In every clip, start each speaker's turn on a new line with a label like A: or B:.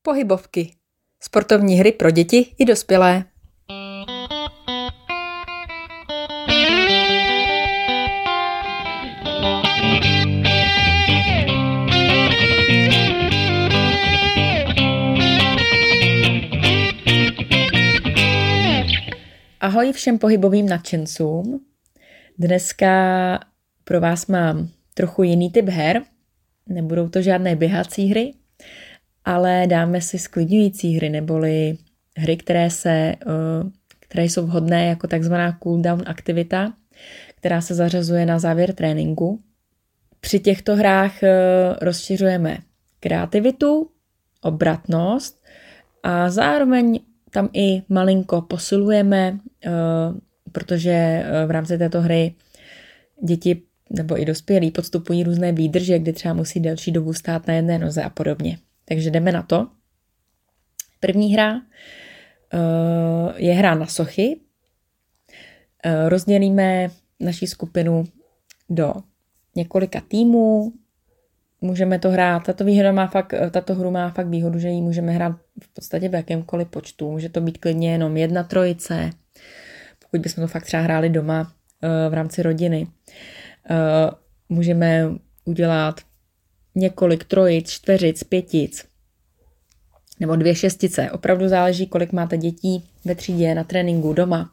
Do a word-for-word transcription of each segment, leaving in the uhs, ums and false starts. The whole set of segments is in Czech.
A: Pohybovky. Sportovní hry pro děti i dospělé. Ahoj všem pohybovým nadšencům. Dneska pro vás mám trochu jiný typ her. Nebudou to žádné běhací hry, ale dáme si sklidňující hry, neboli hry, které, se, které jsou vhodné jako takzvaná cool down aktivita, která se zařazuje na závěr tréninku. Při těchto hrách rozšiřujeme kreativitu, obratnost a zároveň tam i malinko posilujeme, protože v rámci této hry děti nebo i dospělí podstupují různé výdrže, kdy třeba musí delší dobu stát na jedné noze a podobně. Takže jdeme na to. První hra je hra na sochy. Rozdělíme naši skupinu do několika týmů. Můžeme to hrát, tato, výhra má fakt, tato hru má fakt výhodu, že ji můžeme hrát v podstatě v jakémkoliv počtu. Může to být klidně jenom jedna trojice, pokud bychom to fakt třeba hráli doma v rámci rodiny. Můžeme udělat několik trojic, čtveřic, pětic nebo dvě šestice. Opravdu záleží, kolik máte dětí ve třídě, na tréninku, doma.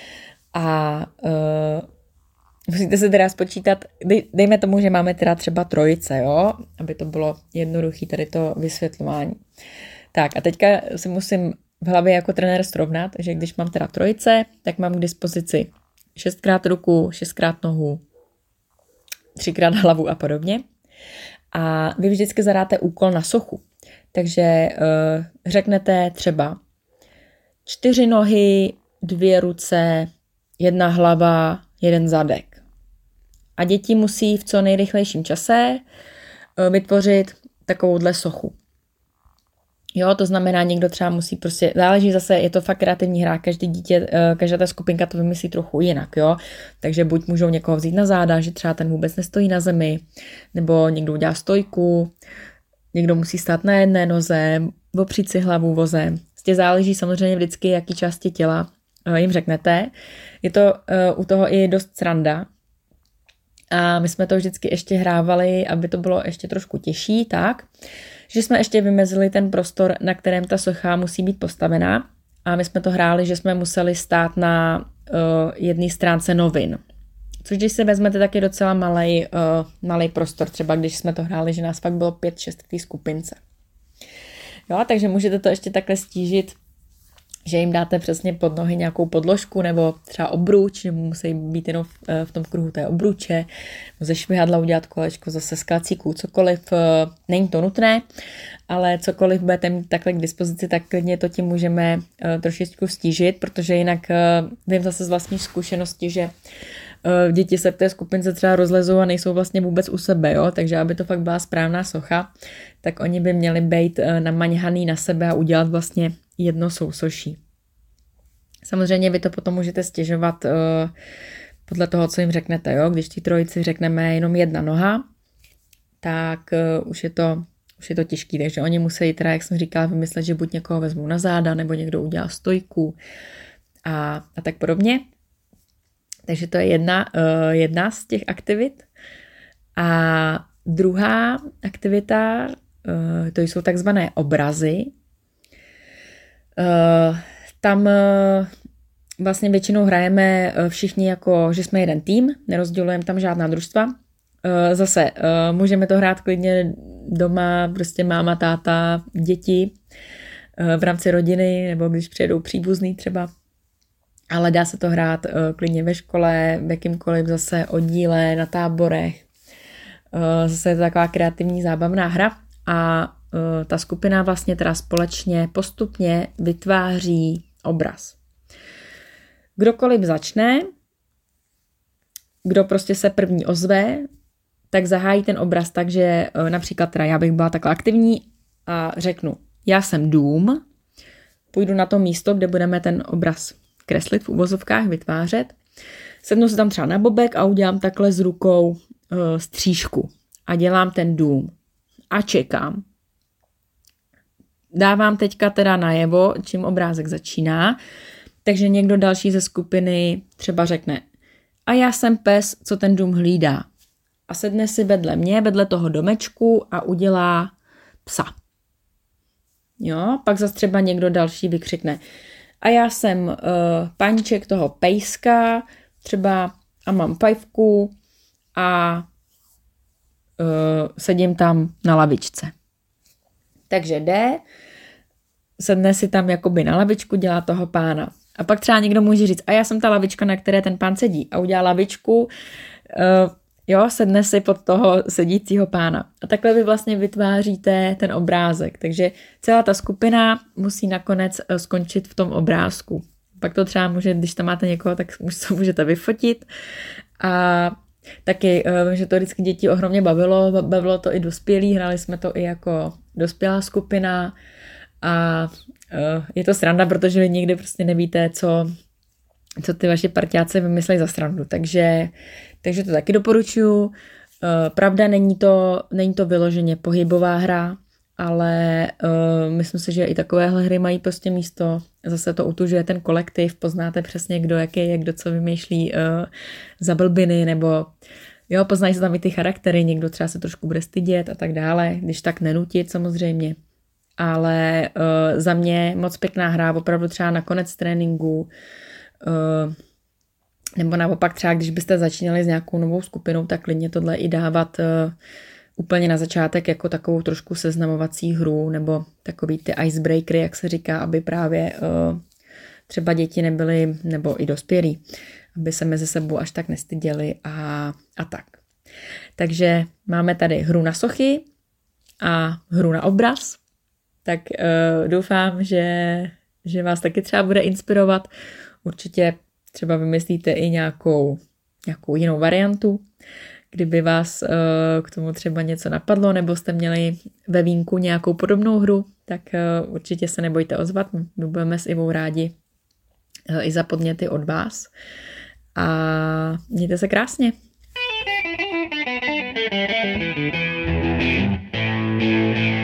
A: A uh, musíte se teda spočítat, dej, dejme tomu, že máme teda třeba trojice, jo? Aby to bylo jednoduché tady to vysvětlování. Tak a teďka si musím v hlavě jako trenér srovnat, že když mám teda trojice, tak mám k dispozici šestkrát ruku, šestkrát nohu, třikrát hlavu a podobně. A vy vždycky zadáte úkol na sochu. Takže uh, řeknete třeba čtyři nohy, dvě ruce, jedna hlava, jeden zadek. A děti musí v co nejrychlejším čase uh, vytvořit takovouhle sochu. Jo, to znamená, někdo třeba musí prostě, záleží zase, je to fakt kreativní hra, každý dítě, každá ta skupinka to vymyslí trochu jinak, jo, takže buď můžou někoho vzít na záda, že třeba ten vůbec nestojí na zemi, nebo někdo udělá stojku, někdo musí stát na jedné noze, opřít si hlavu vozem, prostě záleží samozřejmě vždycky, jaký části těla jim řeknete, je to uh, u toho i dost sranda. A my jsme to vždycky ještě hrávali, aby to bylo ještě trošku těžší, tak, že jsme ještě vymezili ten prostor, na kterém ta socha musí být postavená. A my jsme to hráli, že jsme museli stát na uh, jedné stránce novin. Což když si vezmete, tak je docela malej, uh, malej prostor. Třeba když jsme to hráli, že nás fakt bylo pět, šest v té skupince. Jo, takže můžete to ještě takhle stížit, že jim dáte přesně pod nohy nějakou podložku nebo třeba obruč, že musí být jenom v, v tom kruhu té obruče, ze švihadla udělat kolečko, zase z klacíků, cokoliv, není to nutné, ale cokoliv budete mít takhle k dispozici, tak klidně to tím můžeme trošičku stížit, protože jinak vím zase z vlastní zkušenosti, že děti se v té skupince třeba rozlezou a nejsou vlastně vůbec u sebe, jo? Takže aby to fakt byla správná socha, tak oni by měli být namaňhaný na sebe a udělat vlastně jedno sousoší. Samozřejmě vy to potom můžete stěžovat uh, podle toho, co jim řeknete, jo? Když tí trojici řekneme jenom jedna noha, tak uh, už je to už je to těžký, takže oni musí teda, jak jsem říkala, vymyslet, že buď někoho vezmou na záda, nebo někdo udělá stojku a, a tak podobně. Takže to je jedna, uh, jedna z těch aktivit. A druhá aktivita, uh, to jsou takzvané obrazy. Uh, tam uh, vlastně většinou hrajeme uh, všichni jako, že jsme jeden tým, nerozdělujeme tam žádná družstva. Uh, zase uh, můžeme to hrát klidně doma, prostě máma, táta, děti uh, v rámci rodiny, nebo když přijedou příbuzný třeba. Ale dá se to hrát uh, klidně ve škole, v jakýmkoliv zase oddíle, na táborech. Uh, zase je to taková kreativní zábavná hra a uh, ta skupina vlastně teda společně postupně vytváří obraz. Kdokoliv začne, kdo prostě se první ozve, tak zahájí ten obraz tak, že uh, například teda já bych byla takhle aktivní a řeknu, já jsem dům, půjdu na to místo, kde budeme ten obraz kreslit v uvozovkách, vytvářet. Sednu se tam třeba na bobek a udělám takhle s rukou uh, střížku a dělám ten dům a čekám. dávám teďka teda najevo, čím obrázek začíná, takže někdo další ze skupiny třeba řekne a já jsem pes, co ten dům hlídá. A sedne si vedle mě, vedle toho domečku a udělá psa. Jo, pak zase třeba někdo další vykřikne a já jsem uh, paníček toho pejska, třeba a mám pajvku a uh, sedím tam na lavičce. Takže jde, sedne si tam jakoby na lavičku, dělá toho pána. A pak třeba někdo může říct, a já jsem ta lavička, na které ten pán sedí. A udělá lavičku, uh, jo, sedne si pod toho sedícího pána. A takhle vy vlastně vytváříte ten obrázek. Takže celá ta skupina musí nakonec uh, skončit v tom obrázku. Pak to třeba může, když tam máte někoho, tak to můžete vyfotit. A taky, uh, že to vždycky děti ohromně bavilo, bavilo to i dospělí, hráli jsme to i jako dospělá skupina a uh, je to sranda, protože vy nikdy prostě nevíte, co, co ty vaši parťáci vymyslí za srandu, takže, takže to taky doporučuji. Uh, pravda, není to, není to vyloženě pohybová hra, ale uh, myslím si, že i takovéhle hry mají prostě místo. Zase to utužuje ten kolektiv, poznáte přesně, kdo jaký je, kdo co vymýšlí uh, za blbiny, nebo jo, poznají se tam i ty charaktery, někdo třeba se trošku bude stydět a tak dále, když tak nenutit samozřejmě. Ale uh, za mě moc pěkná hra, opravdu třeba na konec tréninku, uh, nebo naopak třeba, když byste začínali s nějakou novou skupinou, tak klidně tohle i dávat uh, úplně na začátek jako takovou trošku seznamovací hru, nebo takový ty icebreakery, jak se říká, aby právě uh, třeba děti nebyly, nebo i dospělí, aby se mezi sebou až tak nestyděli a, a tak. Takže máme tady hru na sochy a hru na obraz, tak uh, doufám, že, že vás taky třeba bude inspirovat. Určitě třeba vymyslíte i nějakou, nějakou jinou variantu, kdyby vás uh, k tomu třeba něco napadlo, nebo jste měli ve vínku nějakou podobnou hru, tak uh, určitě se nebojte ozvat. My budeme s Ivou rádi uh, i za podněty od vás. A mějte se krásně. Thank you.